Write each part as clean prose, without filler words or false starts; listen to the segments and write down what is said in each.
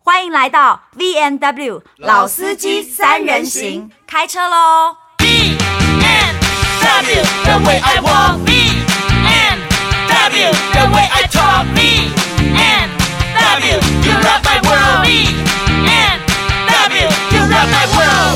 欢迎来到 V&W 老司机三人行，开车喽 V&W the way I walk, V&W the way I talk, V&W you rock my world, V&W you rock my world.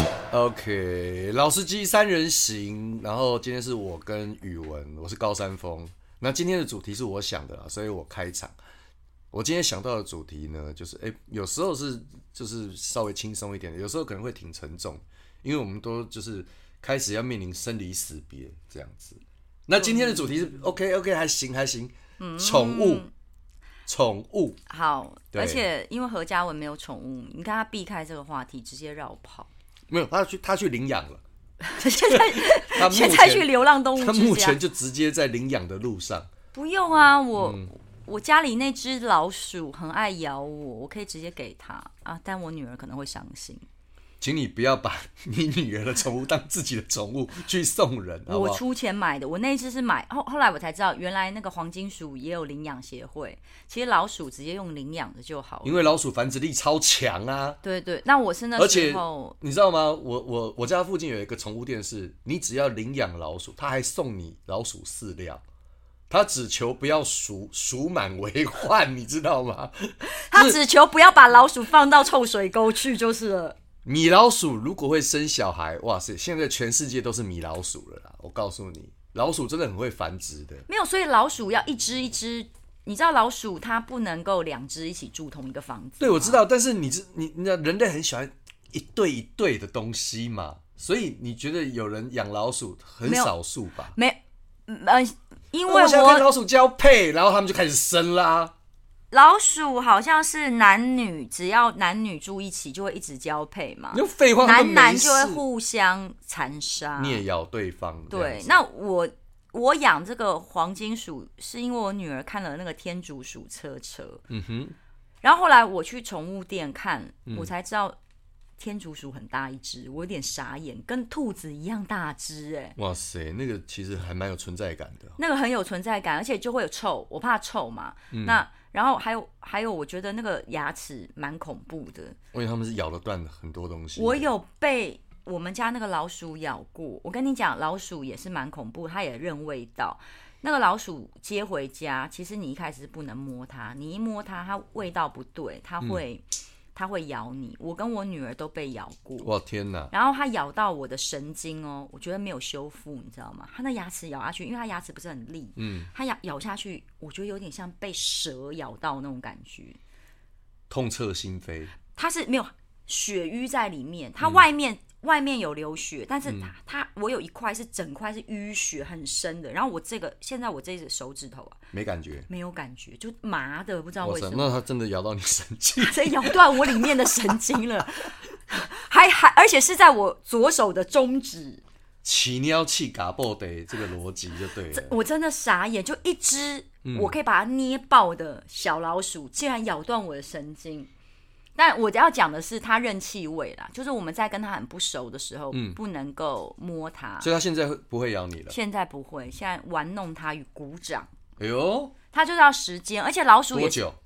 OK， 老司机三人行，然后今天是我跟宇文，我是高山峰。那今天的主题是我想的啦，所以我开场。我今天想到的主题呢，就是有时候就是稍微轻松一点的，有时候可能会挺沉重，因为我们都就是开始要面临生离死别这样子。那今天的主题是 OK 还行，宠物好，而且因为何嘉文没有宠物，你看他避开这个话题，直接绕跑。 没有，他去领养了。 现在去流浪动物之家， 他目前就直接在领养的路上。 不用啊，我家里那只老鼠很爱咬我可以直接给它啊，但我女儿可能会伤心。 请你不要把你女儿的宠物当自己的宠物去送人，好不好？ 我出钱买的，我那一只是买后来我才知道，原来那个黄金鼠也有领养协会，其实老鼠直接用领养的就好了， 因为老鼠繁殖力超强啊。 对，那我是那时候， 而且你知道吗？我家附近有一个宠物店，是你只要领养老鼠，他还送你老鼠饲料。他只求不要鼠满为患，你知道吗？ 他只求不要把老鼠放到臭水沟去就是了。 米老鼠如果会生小孩，哇塞，现在全世界都是米老鼠了啦！我告诉你，老鼠真的很会繁殖的。 没有，所以老鼠要一只一只，你知道老鼠它不能够两只一起住同一个房子。 对，我知道，但是你知道人类很喜欢一对一对的东西嘛，所以你觉得有人养老鼠很少数吧？因为我想跟老鼠交配，然后他们就开始生啦。 老鼠好像是男女，只要男女住一起就会一直交配嘛。 有废话， 男就会互相残杀、 啮咬对方。 对，那我养这个黄金鼠，是因为我女儿看了那个天竺鼠车，然后后来我去宠物店看，我才知道。天竺鼠很大一只，我有点傻眼，跟兔子一样大只哇塞，那个其实还蛮有存在感的。 那个很有存在感，而且就会有臭，我怕臭嘛。那然后还有，我觉得那个牙齿蛮恐怖的， 因为他们是咬得断很多东西。 我有被我们家那个老鼠咬过，我跟你讲，老鼠也是蛮恐怖，它也认味道。那个老鼠接回家，其实你一开始是不能摸它，你一摸它，它味道不对，它会咬你，我跟我女儿都被咬过。 哇天哪！ 然后它咬到我的神经哦，我觉得没有修复，你知道吗？它那牙齿咬下去，因为它牙齿不是很利，它咬下去，我觉得有点像被蛇咬到那种感觉， 痛彻心扉。它是没有血瘀在里面，它外面有流血，但是我有一块是整块是淤血很深的，然后现在我这只手指头啊， 没感觉， 没有感觉，就麻的，不知道为什么。 那它真的咬到你神经， 所以咬断我里面的神经了，而且是在我左手的中指。 起尿气嘎爆的这个逻辑就对了。 我真的傻眼，就一只我可以把它捏爆的小老鼠，竟然咬断我的神经。但我要讲的是，它认气味啦，就是我们在跟它很不熟的时候，不能够摸它。 所以它现在不会咬你了？ 现在不会，现在玩弄它与鼓掌。 哎呦， 它就是要时间，而且老鼠也多久？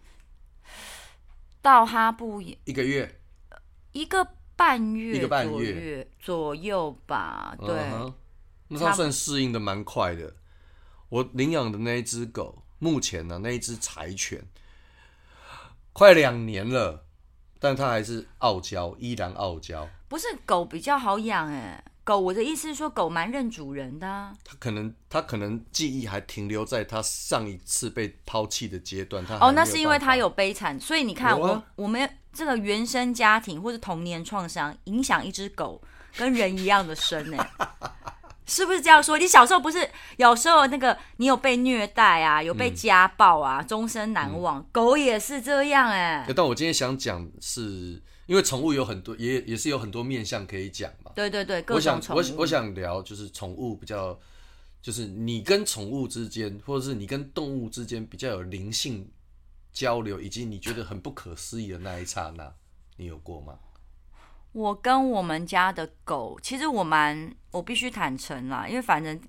到它不 1个月 ，1个半月左右吧。对， 那它算适应的蛮快的。我领养的那一只狗，目前呢那一只柴犬。快2年了，但它还是依然傲娇。 不是狗比较好养狗我的意思是说，狗蛮认主人的啊。 它可能记忆还停留在它上一次被抛弃的阶段。 那是因为它有悲惨，所以你看我们这个原生家庭或是童年创伤，影响一只狗跟人一样的深是不是这样说？你小时候不是有时候那个你有被虐待啊，有被家暴啊，终身难忘。狗也是这样但我今天想讲是因为宠物有很多，也是有很多面向可以讲嘛。 对，各种宠物。 我想聊就是宠物比较，就是你跟宠物之间，或者是你跟动物之间比较有灵性交流，以及你觉得很不可思议的那一刹那，你有过吗？ 我跟我们家的狗，其实我必须坦诚啦，因为反正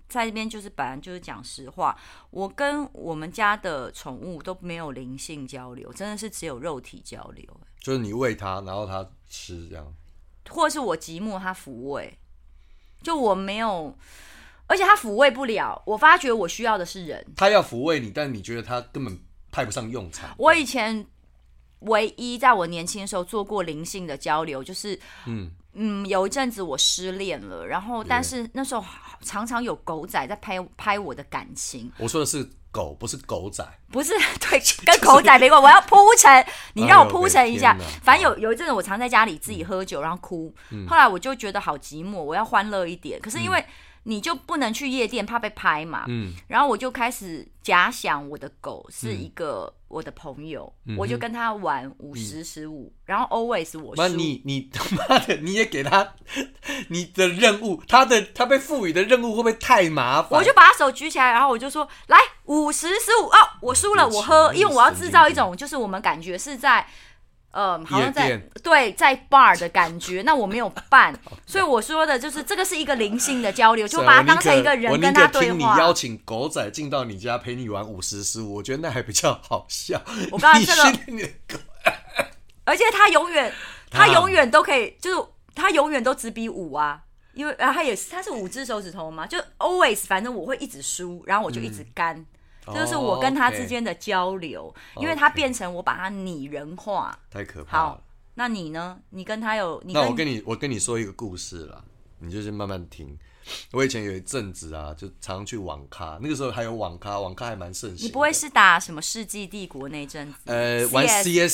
在这边就是本来就是讲实话，我跟我们家的宠物都没有灵性交流，真的是只有肉体交流。 就是你喂它，然后它吃这样， 或是我寂寞它抚慰，就我没有，而且它抚慰不了。我发觉我需要的是人， 它要抚慰你，但你觉得它根本派不上用场。 我以前唯一在我年轻的时候做过灵性的交流，就是有一阵子我失恋了，然后但是那时候常常有狗仔在拍我的感情。 我说的是狗，不是狗仔， 不是对，跟狗仔没关系。我要铺陈，你让我铺陈一下。反正有一阵子我常在家里自己喝酒，然后哭。后来我就觉得好寂寞，我要欢乐一点。可是因为你就不能去夜店，怕被拍嘛。然后我就开始假想我的狗是一个我的朋友，我就跟他玩50-15，然后 always 我输。 那你他妈的你也给他你的任务，他被赋予的任务会不会太麻烦？ 我就把他手举起来，然后我就说来50-15哦，我输了，我喝，因为我要制造一种就是我们感觉是在。好像在 bar 的感觉，那我没有办，所以我说的就是这个是一个灵性的交流，就把它当成一个人跟他对话。 我宁可听你邀请狗仔进到你家陪你玩50-15，我觉得那还比较好笑。 我刚刚这个， 你的狗而且他永远都可以，就是他永远都只比5啊，因为他是5只手指头嘛，就 always 反正我会一直输，然后我就一直干。这就是我跟他之间的交流，因为他变成我把他拟人化， 太可怕了。 好，那你呢？你跟他有？ 那我跟你说一个故事啦，你就先慢慢听。我以前有一阵子啊，就常去网咖，那个时候还有网咖还蛮盛行的。 你不会是打什么世纪帝国那阵子？ 玩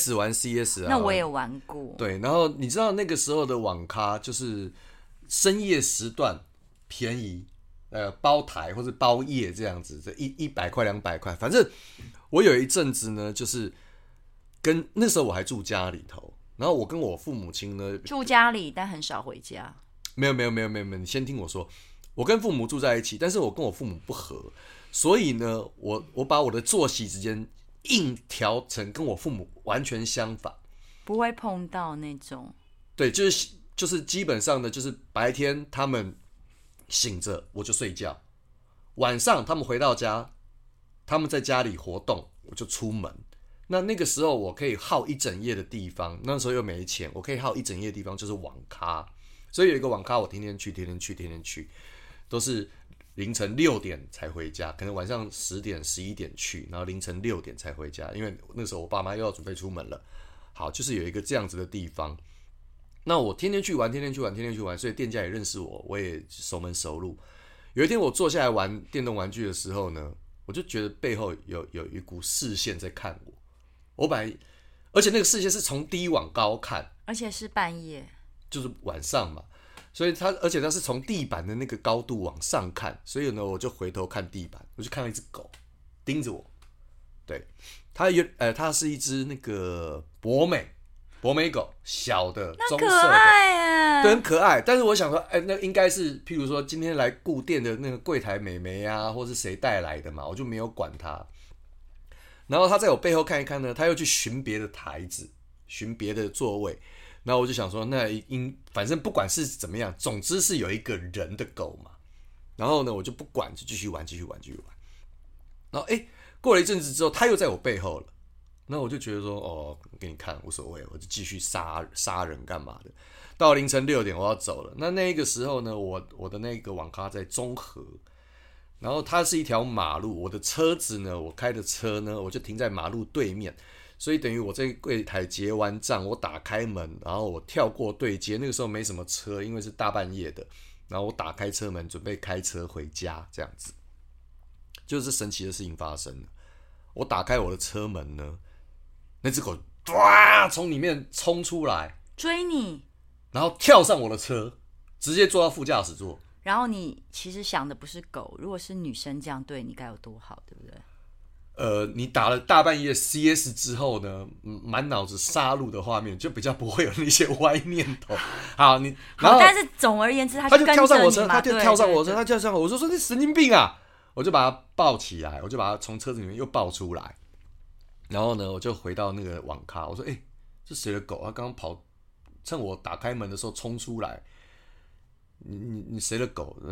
CS 啊。 那我也玩过。 对，然后你知道那个时候的网咖就是深夜时段便宜。包台或者包夜这样子，这100块200块，反正我有一阵子呢，就是那时候我还住家里头，然后我跟我父母亲呢住家里，但很少回家。 没有，你先听我说，我跟父母住在一起，但是我跟我父母不合，所以呢，我把我的作息时间硬调成跟我父母完全相反， 不会碰到那种。 对，就是基本上呢，就是白天他们醒着我就睡觉，晚上他们回到家，他们在家里活动，我就出门。那个时候我可以耗一整夜的地方，那时候又没钱，我可以耗一整夜的地方就是网咖。所以有一个网咖我天天去，都是凌晨6点才回家，可能晚上10点11点去，然后凌晨6点才回家，因为那时候我爸妈又要准备出门了。好，就是有一个这样子的地方。那我天天去玩，所以店家也认识我，我也熟门熟路。有一天我坐下来玩电动玩具的时候呢，我就觉得背后有一股视线在看我。而且那个视线是从低往高看， 而且是半夜， 就是晚上嘛，所以而且它是从地板的那个高度往上看，所以呢，我就回头看地板，我就看到一只狗盯着我。对，它是一只那个博美狗，小的，棕色的， 可爱对，很可爱。但是我想说，那应该是，譬如说今天来顾店的那个柜台美眉啊，或是谁带来的嘛，我就没有管它。然后他在我背后看一看呢，他又去寻别的台子，寻别的座位。然后我就想说，反正不管是怎么样，总之是有一个人的狗嘛。然后呢，我就不管，就继续玩。然后过了一阵子之后，他又在我背后了。那我就觉得说，给你看无所谓，我就继续杀人干嘛的。到凌晨6点我要走了。那个时候呢，我的那个网咖在中和，然后它是一条马路，我的车子呢，我开的车呢，我就停在马路对面，所以等于我在柜台结完账，我打开门，然后我跳过对接，那个时候没什么车，因为是大半夜的，然后我打开车门准备开车回家，这样子，就是神奇的事情发生了。我打开我的车门呢，那只狗哇从里面冲出来追你， 然后跳上我的车，直接坐到副驾驶座。 然后你其实想的不是狗，如果是女生这样对你该有多好，对不对？ 你打了大半夜 CS 之后呢，满脑子杀戮的画面，就比较不会有那些歪念头。好，然后但是总而言之，他就跳上我车， 他就跳上我车，他跳上我，我就说你神经病啊！我就把他抱起来，我就把他从车子里面又抱出来，然后呢，我就回到那个网咖，我说：“这谁的狗？他刚刚趁我打开门的时候冲出来。你谁的狗？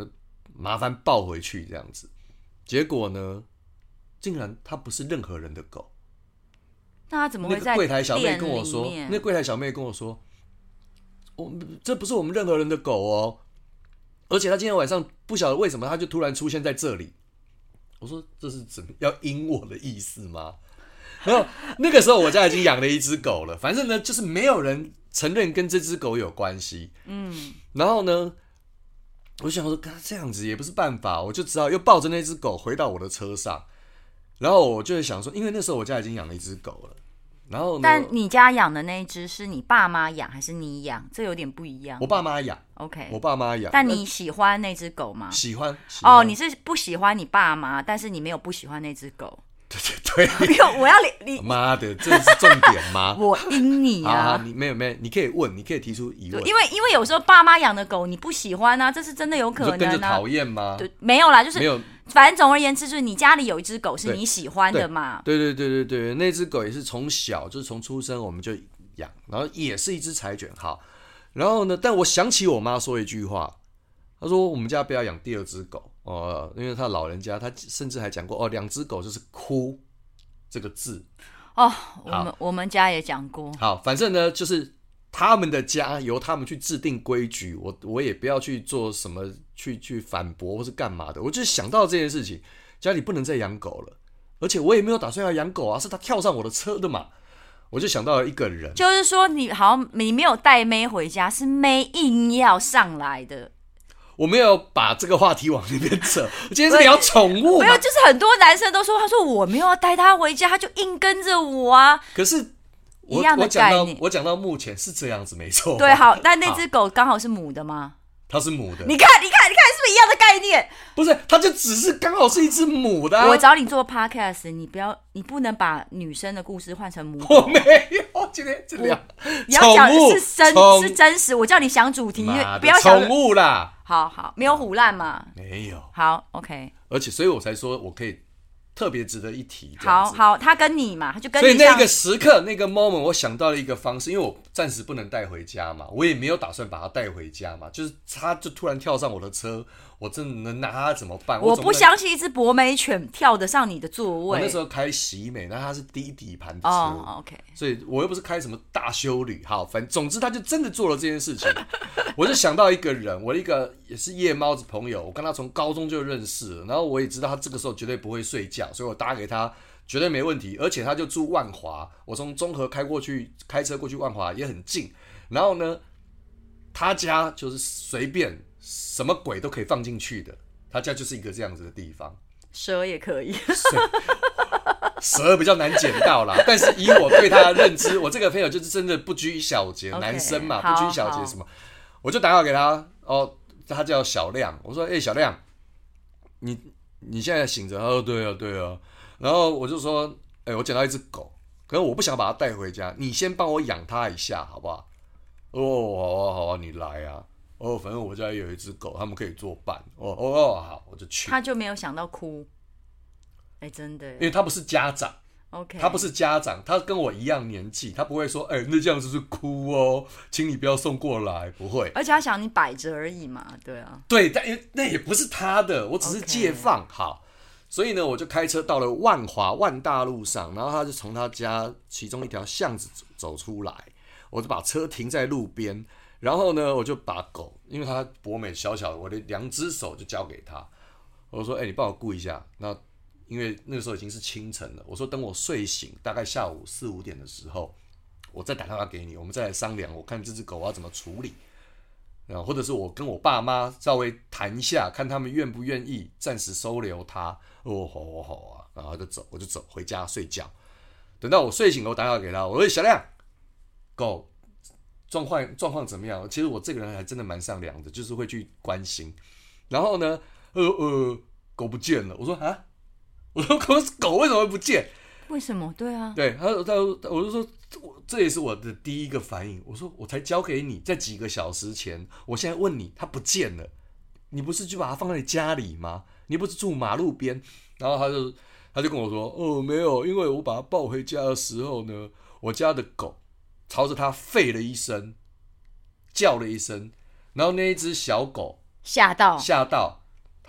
麻烦抱回去这样子。结果呢，竟然它不是任何人的狗。 那他怎么会在那个柜台小妹店跟我说里面， 那柜台小妹跟我说，这不是我们任何人的狗哦，而且他今天晚上不晓得为什么他就突然出现在这里。我说这是怎么要阴我的意思吗？然后那个时候我家已经养了一只狗了，反正呢就是没有人承认跟这只狗有关系。然后呢，我就想说，这样子也不是办法，我就只好又抱着那只狗回到我的车上。然后我就会想说，因为那时候我家已经养了一只狗了，然后呢， 但你家养的那一只是你爸妈养还是你养？这有点不一样。 我爸妈养 OK， 我爸妈养。 但你喜欢那只狗吗？ 喜欢哦，你是不喜欢你爸妈，但是你没有不喜欢那只狗。 对， 没有，我要你妈的，这是重点吗？ 我阴你啊！ 你没有，你可以问，你可以提出疑问。 因为有时候爸妈养的狗你不喜欢啊，这是真的有可能啊。 你就跟着讨厌吗？ 对，没有啦，就是没有。 反正总而言之，就是你家里有一只狗是你喜欢的嘛。 对，那只狗也是从小就是从出生我们就养，然后也是一只柴犬号。然后呢，但我想起我妈说一句话，她说我们家不要养第二只狗因为她老人家，她甚至还讲过2只狗就是哭这个字。 我们家也讲过。 好，反正呢就是他们的家由他们去制定规矩，我也不要去做什么去反驳或是干嘛的。我就想到这件事情，家里不能再养狗了，而且我也没有打算要养狗啊，是他跳上我的车的嘛。我就想到了一个人， 就是说你没有带妹回家，是妹硬要上来的。 我没有把这个话题往那边扯，今天是聊宠物嘛。 没有，就是很多男生都说，他说我没有要带他回家，他就硬跟着我啊。 可是一样的概念， 我讲到目前是这样子，没错。 对，好，但那只狗刚好是母的吗？ 它是母的。 你看，是不是一样的概念？ 不是，它就只是刚好是一只母的我找你做 podcast， 你不能把女生的故事换成母狗。 我没有，今天这样。 你要讲是真实，我叫你想主题，不要想宠物啦。 好，没有唬烂嘛？ 没有。 好 ，OK。 而且，所以我才说我可以特别值得一提。 好，他跟你嘛，他就跟你。 所以那个时刻，那个 moment， 我想到了一个方式，因为我暂时不能带回家嘛，我也没有打算把它带回家嘛，就是他就突然跳上我的车，我真的能拿它怎么办？ 我不相信一只博美犬跳得上你的座位。 我那时候开喜美，那它是低底盘车 ，OK， 所以我又不是开什么大休旅。好，总之他就真的做了这件事情。我就想到一个人，我一个也是夜猫子朋友，我跟他从高中就认识了，然后我也知道他这个时候绝对不会睡觉，所以我打给他绝对没问题。而且他就住万华，我从中和开车过去万华也很近。然后呢，他家就是随便什么鬼都可以放进去的，他家就是一个这样子的地方。 蛇也可以， 蛇比较难捡到啦。但是以我对他的认知，我这个朋友就是真的不拘小节， 男生嘛，不拘小节什么。我就打电话给他，他叫小亮，我说，小亮，你现在醒着？他说对啊。然后我就说，我捡到一只狗，可是我不想把它带回家，你先帮我养它一下好不好？好啊，你来啊。反正我家有一只狗，他们可以作伴。好，我就去。 他就没有想到哭，真的， 因为他不是家长。 OK， 他不是家长，他跟我一样年纪，他不会说，那这样子是哭哦，请你不要送过来，不会。 而且他想你摆着而已嘛，对啊。 对，但那也不是他的，我只是借放。好，所以呢，我就开车到了万华万大路上，然后他就从他家其中一条巷子走出来，我就把车停在路边，然后呢，我就把狗，因为他博美小小的，我的2只手就交给他，我说，你帮我顾一下，那。因为那个时候已经是清晨了，我说等我睡醒，大概下午4、5点的时候，我再打电话给你，我们再来商量，我看这只狗我要怎么处理，或者是我跟我爸妈稍微谈一下，看他们愿不愿意暂时收留它。好啊，然后我就走回家睡觉。等到我睡醒了，我打电话给他，我说小亮，狗状况怎么样？其实我这个人还真的蛮善良的，就是会去关心。然后呢，狗不见了，我说狗为什么会不见？ 为什么？对啊， 对，我就说，这也是我的第一个反应。我说我才交给你，在几个小时前，我现在问你，它不见了，你不是就把它放在家里吗？你不是住马路边？然后他就跟我说，没有，因为我把它抱回家的时候呢，我家的狗朝着它吠了一声，叫了一声，然后那一只小狗吓到。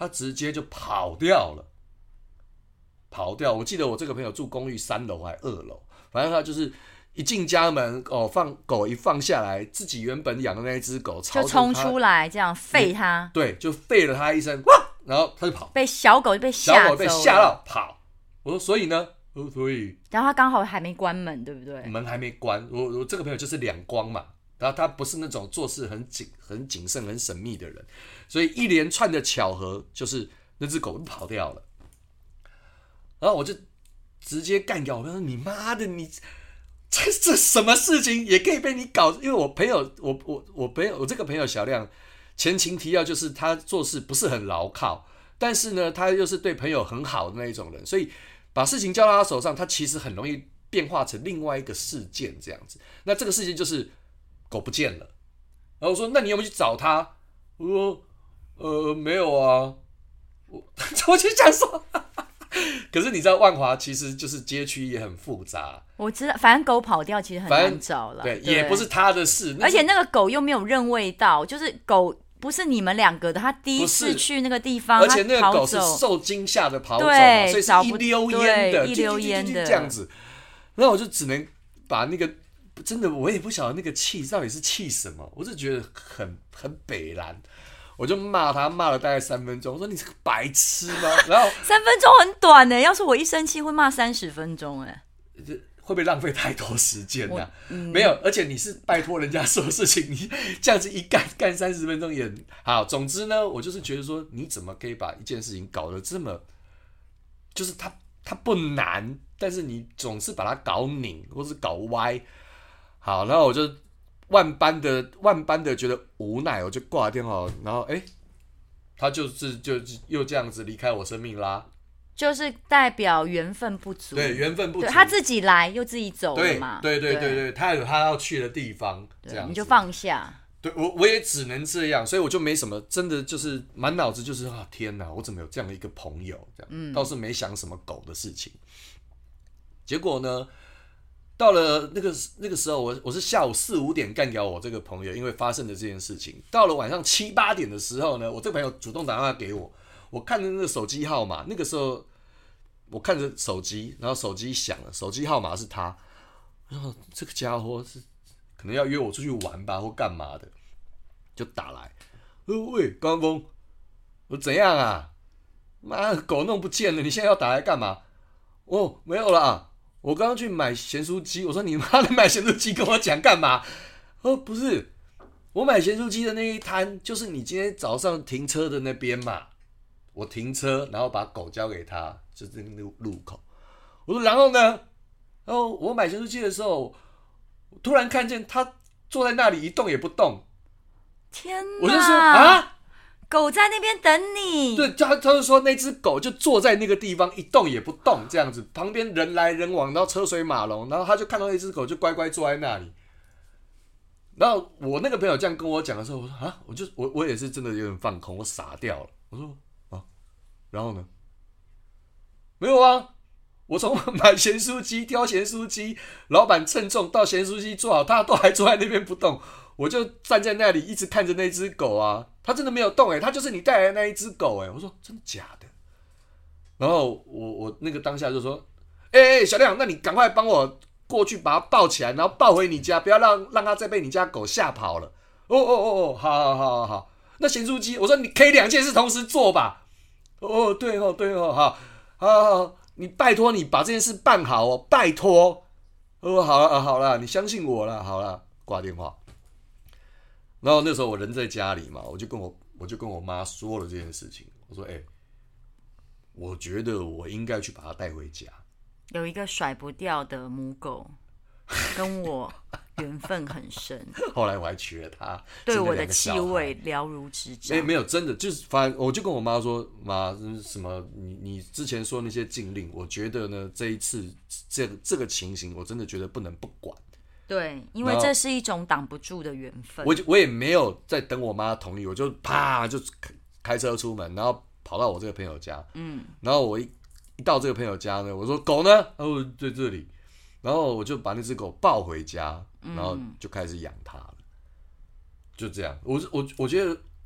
他直接就跑掉了。我记得我这个朋友住公寓3楼还2楼，反正他就是一进家门放狗一放下来，自己原本养的那一只狗就冲出来，这样吠它， 对，就吠了它一声，哇，然后他就跑， 小狗被吓到跑。我说所以呢？所以， 然后他刚好还没关门，对不对？ 门还没关。我这个朋友就是两光嘛，然后他不是那种做事很谨慎、很神秘的人，所以一连串的巧合，就是那只狗跑掉了。然后我就直接干掉，我说你妈的，你这什么事情也可以被你搞？因为我朋友，我这个朋友小亮，前情提要就是他做事不是很牢靠，但是呢，他又是对朋友很好的那一种人，所以把事情交到他手上，他其实很容易变化成另外一个事件这样子。那这个事件就是狗不见了，然后我说那你有没有去找他？我说没有啊，我就想说。可是你知道万华其实就是街区也很复杂， 我知道，反正狗跑掉其实很难找了， 对，也不是他的事， 而且那个狗又没有认味道，就是狗不是你们2个的，他第一次去那个地方， 而且那个狗是受惊吓的跑走嘛，所以是一溜烟的， 一溜烟的这样子，然后我就只能把那个真的我也不晓得那个气到底是气什么，我是觉得很北蓝。我就骂他，骂了大概3分钟。我说你是个白痴吗？然后 3分钟很短呢，要是我一生气会骂30分钟哎， 会不会浪费太多时间呢？没有，而且你是拜托人家做事情，你这样子一干30分钟也好。总之呢，我就是觉得说，你怎么可以把一件事情搞得这么，就是它不难，但是你总是把它搞拧或是搞歪。好，然后我就。万般的觉得无奈，我就挂电话，然后他就又这样子离开我生命啦， 就是代表缘分不足。 对，缘分不足， 他自己来又自己走了嘛。 对，他有他要去的地方，这样子你就放下。 对，我也只能这样，所以我就没什么，真的就是满脑子就是天哪，我怎么有这样的一个朋友？这样，倒是没想什么狗的事情。结果呢？到了那个时候，我是下午4、5点干掉我这个朋友，因为发生的这件事情。到了晚上7、8点的时候呢，我这个朋友主动打电话给我，我看着那个手机号码，那个时候我看着手机，然后手机响了，手机号码是他，然后这个家伙是可能要约我出去玩吧，或干嘛的，就打来，喂，高峰，我怎样啊？妈，狗弄不见了，你现在要打来干嘛？哦，没有啦。我刚刚去买咸酥鸡，我说你妈的买咸酥鸡跟我讲干嘛？不是，我买咸酥鸡的那一摊就是你今天早上停车的那边嘛。我停车，然后把狗交给他，就是那个路口。我说然后呢？然后我买咸酥鸡的时候，突然看见他坐在那里一动也不动。 天哪！ 我就说啊。 狗在那边等你。 对，他就说那只狗就坐在那个地方一动也不动，这样子，旁边人来人往，然后车水马龙，然后他就看到那只狗就乖乖坐在那里。然后我那个朋友这样跟我讲的时候，我说啊，我也是真的有点放空，我傻掉了。我说啊，然后呢？没有啊，我从买咸酥鸡、挑咸酥鸡，老板称重到咸酥鸡做好，他都还坐在那边不动。我就站在那里一直看着那只狗啊，它真的没有动它就是你带来的那一只狗我说真的假的？然后我那个当下就说，小亮，那你赶快帮我过去把它抱起来，然后抱回你家，不要让它再被你家狗吓跑了。好，那咸酥鸡，我说你可以2件事同时做吧？对，好，你拜托你把这件事办好哦，拜托。好了，你相信我了，好了，挂电话。然后那时候我人在家里嘛，我就跟我妈说了这件事情。我说，我觉得我应该去把它带回家。 有一个甩不掉的母狗，跟我缘分很深。 后来我还娶了她， 对我的气味了如指掌。 没有，真的就是，反正我就跟我妈说，妈，什么你之前说那些禁令，我觉得呢，这一次这个情形，我真的觉得不能不管。 对，因为这是一种挡不住的缘分。 我也没有在等我妈同意，我就啪就开车出门，然后跑到我这个朋友家。然后我一到这个朋友家呢，我说狗呢？在这里。然后我就把那只狗抱回家，然后就开始养它了。就这样，我觉得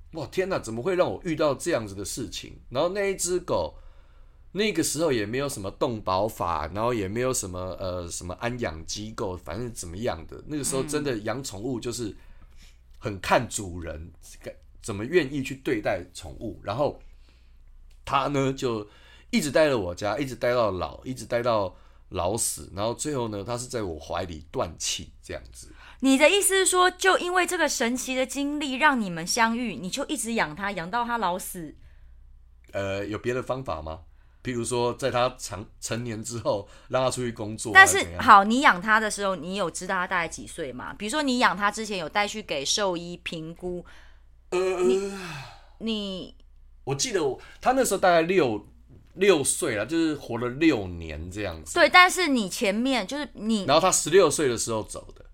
哇天哪，怎么会让我遇到这样子的事情？然后那一只狗，那个时候也没有什么动保法，然后也没有什么什么安养机构，反正怎么样的。那个时候真的养宠物就是很看主人怎么愿意去对待宠物。然后他呢就一直待在我家，一直待到老，一直待到老死。然后最后呢，他是在我怀里断气这样子。 你的意思是说，就因为这个神奇的经历让你们相遇，你就一直养它，养到它老死？ 有别的方法吗？譬如说，在他成年之后，让他出去工作。 但是好，你养他的时候，你有知道他大概几岁吗？比如说，你养他之前有带去给兽医评估。 我记得他那时候大概六岁了，就是活了6年这样子。 对，但是你前面就是你， 然后他16岁的时候走的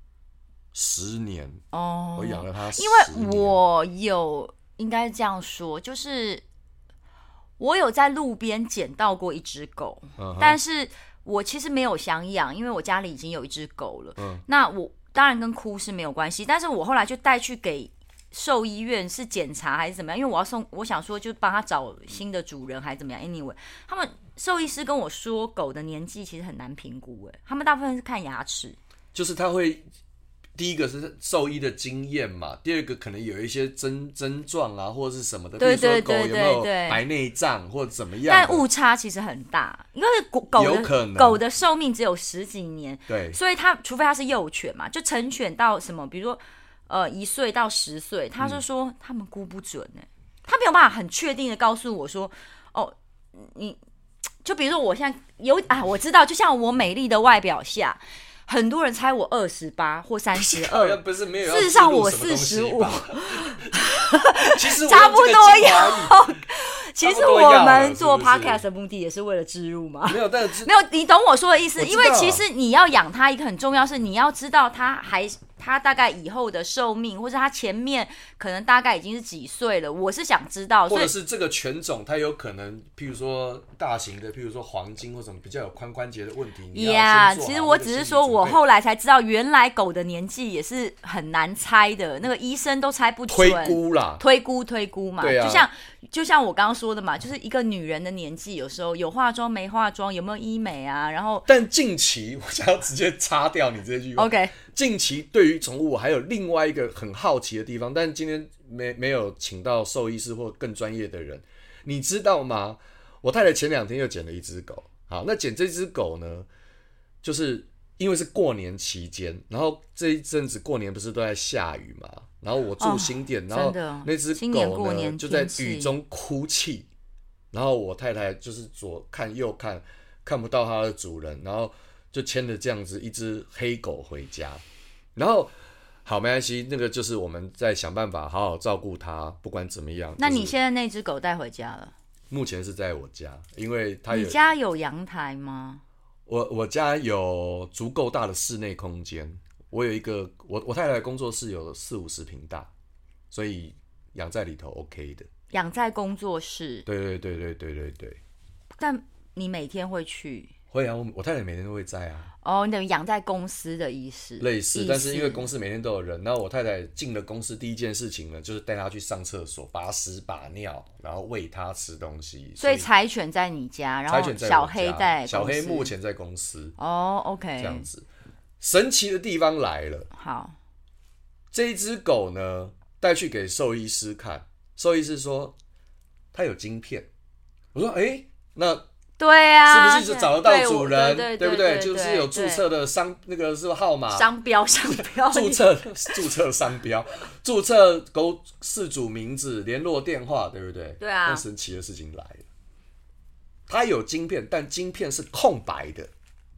，10年哦，我养了他10年。 因为我有应该这样说，就是我有在路边捡到过一只狗，但是我其实没有想养，因为我家里已经有一只狗了。那我当然跟哭是没有关系，但是我后来就带去给兽医院是检查还是怎么样，因为我想说就帮他找新的主人还是怎么样。Anyway， 他们兽医师跟我说，狗的年纪其实很难评估，他们大部分是看牙齿， 就是他会。第一个是兽医的经验嘛，第二个可能有一些症状啊，或者是什么的，比如说狗有没有白内障或者怎么样， 但误差其实很大，因为狗的寿命只有10几年， 对， 所以它除非它是幼犬嘛，就成犬到什么，比如说1岁到10岁，他就说他们估不准他没有办法很确定的告诉我说，哦，你就比如说我现在我知道，就像我美丽的外表下。很多人猜我28或32， 不是没有， 事实上我45， 其实差不多要。其实我们做 podcast 的目的也是为了置入嘛， 没有，但是没有，你懂我说的意思？因为其实你要养它，一个很重要是你要知道它大概以后的寿命，或者它前面可能大概已经是几岁了。我是想知道， 或者是这个犬种它有可能，譬如说大型的，譬如说黄金或什么比较有髋关节的问题。 其实我只是说我后来才知道，原来狗的年纪也是很难猜的，那个医生都猜不准，推估嘛。 对啊， 就像我刚刚说的嘛，就是一个女人的年纪，有时候有化妆没化妆，有没有医美啊，然后。 但近期我想要直接擦掉你这句话。 OK。 近期对于宠物我还有另外一个很好奇的地方，但今天没有请到兽医师或更专业的人，你知道吗？我太太前2天又捡了一只狗。好，那捡这只狗呢，就是因为是过年期间，然后这一阵子过年不是都在下雨嘛，然后我住新店，然后那只狗呢就在雨中哭泣，然后我太太就是左看右看，看不到它的主人，然后就牵着这样子一只黑狗回家，然后好没关系，那个就是我们在想办法好好照顾它，不管怎么样。 那你现在那只狗带回家了？ 目前是在我家，因为它有。 你家有阳台吗？ 我家有足够大的室内空间，我有一个我太太的工作室有40-50平大，所以养在里头 OK 的。 养在工作室？ 对。 但你每天会去？ 会啊，我太太每天都会在啊。 哦，你等于养在公司的意思？ 类似，但是因为公司每天都有人，然后我太太进了公司第一件事情呢，就是带她去上厕所，把屎把尿，然后喂她吃东西。 所以柴犬在你家，然后小黑在公司。 小黑目前在公司。 哦 ，OK， 这样子。神奇的地方来了。 好， 这一只狗呢，带去给兽医师看，兽医师说它有晶片。我说，那。 对啊， 是不是就找得到主人？对不对？就是有注册的那个是号码、 商标， 注册商标，注册狗饲主名字、联络电话，对不对？ 对啊。 但神奇的事情来了，它有晶片，但晶片是空白的。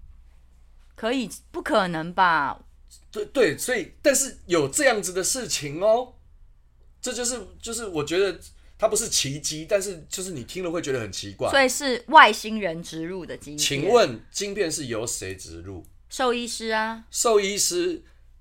不可能吧？ 对，所以但是有这样子的事情哦，这就是我觉得。它不是奇迹，但是就是你听了会觉得很奇怪。 所以是外星人植入的晶片。 请问晶片是由谁植入？ 兽医师啊。 兽医师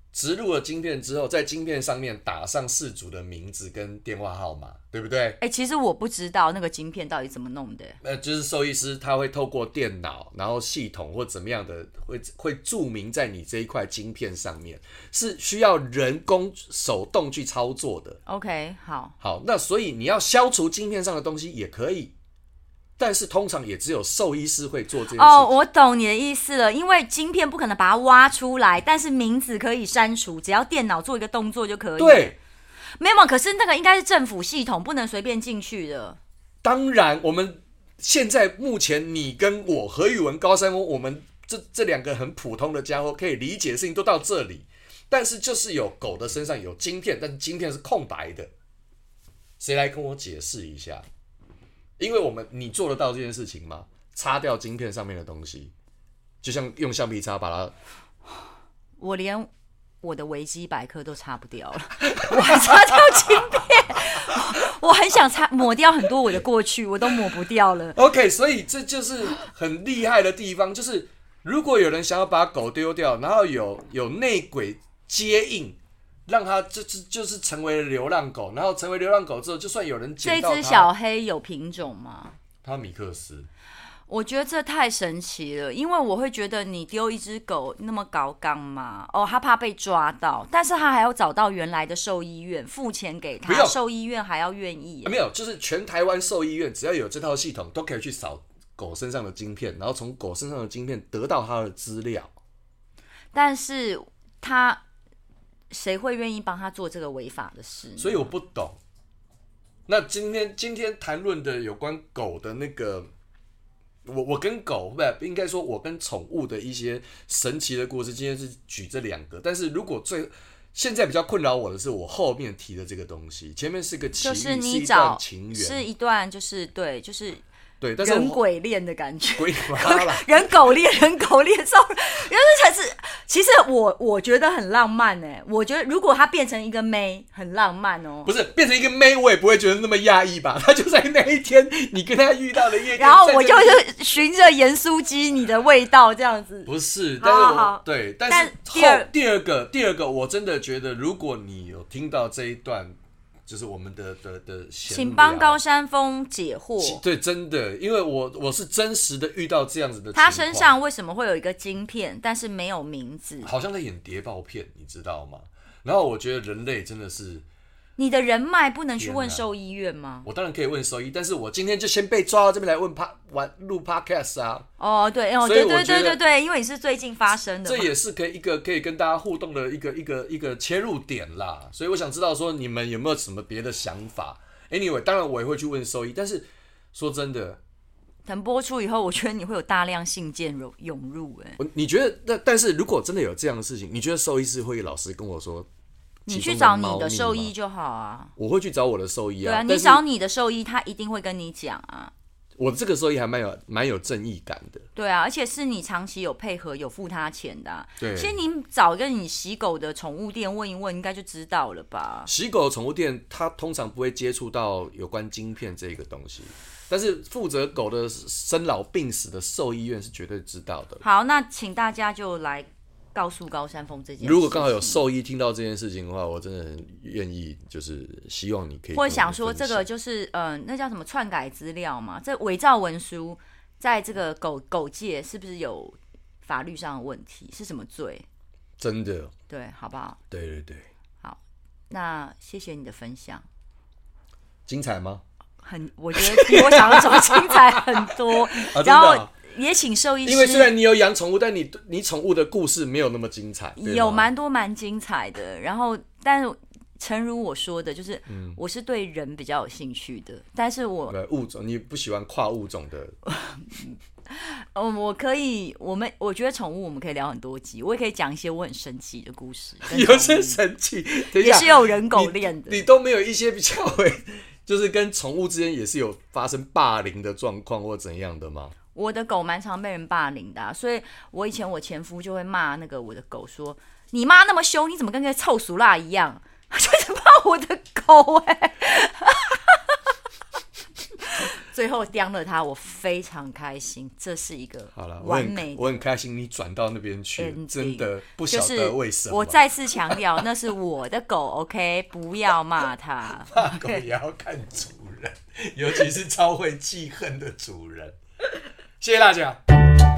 植入了晶片之后，在晶片上面打上事主的名字跟电话号码，对不对？ 其实我不知道那个晶片到底怎么弄的。 就是兽医师他会透过电脑，然后系统或怎么样的，会注明在你这一块晶片上面，是需要人工手动去操作的。 OK， 好， 那所以你要消除晶片上的东西也可以。但是通常也只有兽医师会做这件事情。 我懂你的意思了，因为晶片不可能把它挖出来，但是名字可以删除，只要电脑做一个动作就可以。 对， 没有，可是那个应该是政府系统，不能随便进去的。 当然，我们现在目前你跟我何宇文、高山峰，我们这两个很普通的家伙可以理解的事情都到这里，但是就是有狗的身上有晶片，但是晶片是空白的，谁来跟我解释一下？因为你做得到这件事情吗？擦掉晶片上面的东西，就像用橡皮擦把它。 我连我的维基百科都擦不掉了，我还擦掉晶片，我很想抹掉很多我的过去，我都抹不掉了。 OK， 所以这就是很厉害的地方，就是如果有人想要把狗丢掉，然后有内鬼接应。让它就是成为了流浪狗，然后成为流浪狗之后，就算有人捡到它， 这只小黑有品种吗？ 它米克斯。 我觉得这太神奇了，因为我会觉得你丢一只狗那么高纲嘛，他怕被抓到，但是他还要找到原来的兽医院，付钱给他，兽医院还要愿意。 没有，就是全台湾兽医院只要有这套系统，都可以去扫狗身上的晶片，然后从狗身上的晶片得到它的资料。 但是谁会愿意帮他做这个违法的事？ 所以我不懂。那今天谈论的有关狗的那个，我跟狗不应该说，我跟宠物的一些神奇的故事，今天是举这两个。但是如果现在比较困扰我的是，我后面提的这个东西，前面是个奇遇， 就是你是一段情缘， 是一段就是对，就是对，但是人鬼恋的感觉， 鬼妈啦， 人狗恋，sorry，才是。其实我觉得很浪漫哎，我觉得如果它变成一个妹，很浪漫哦。 不是变成一个妹，我也不会觉得那么讶异吧？他就在那一天，你跟他遇到的夜店， 然后我就是循着盐酥鸡你的味道这样子。 不是，但是好对，但是第二个，我真的觉得，如果你有听到这一段。就是我们的请帮高山峰解惑。 对，真的，因为我是真实的遇到这样子的情况。 他身上为什么会有一个晶片，但是没有名字？ 好像在演谍报片，你知道吗？然后我觉得人类真的是， 你的人脉不能去问兽医院吗？ 我当然可以问兽医，但是我今天就先被抓到这边来录 podcast 啊。 对，对，因为你是最近发生的， 这也是可以跟大家互动的一个切入点啦。所以我想知道说你们有没有什么别的想法 ？Anyway， 当然我也会去问兽医，但是说真的， 等播出以后，我觉得你会有大量信件涌入。 你觉得？但是如果真的有这样的事情，你觉得兽医师会老实跟我说？ 你去找你的兽医就好啊。 我会去找我的兽医啊。 对啊，你找你的兽医，他一定会跟你讲啊。 我这个兽医还蛮有正义感的。 对啊，而且是你长期有配合、有付他钱的。 对， 其实你找一个你洗狗的宠物店问一问，应该就知道了吧？ 洗狗的宠物店，它通常不会接触到有关晶片这个东西，但是负责狗的生老病死的兽医院是绝对知道的。 好，那请大家就来告诉高山峰这件事。 如果刚好有兽医听到这件事情的话，我真的很愿意，就是希望你可以。 或者想说这个就是那叫什么篡改资料嘛？这伪造文书，在这个狗界是不是有法律上的问题？是什么罪？ 真的对，好不好？ 对， 好，那谢谢你的分享。 精彩吗？ 我觉得比我想象中精彩很多。然后也请兽医师， 因为虽然你有养宠物，但你宠物的故事没有那么精彩， 有蛮精彩的。然后，但是诚如我说的，就是我是对人比较有兴趣的，但是我物种你不喜欢跨物种的。 我觉得宠物我们可以聊很多集，我也可以讲一些我很神奇的故事。 有些神奇， 也是有人狗恋的。 你都没有一些比较就是跟宠物之间也是有发生霸凌的状况或怎样的吗？ 我的狗蛮常被人霸凌的所以我以前我前夫就会骂那个我的狗说：“你妈那么凶，你怎么跟个臭俗辣一样？”他就是骂我的狗最后刁了他，我非常开心，这是一个完美的。 我很开心你转到那边去，真的不晓得为什么。 我再次强调，那是我的狗 ，OK， 不要骂它。 骂狗也要看主人，尤其是超会记恨的主人。谢谢大家。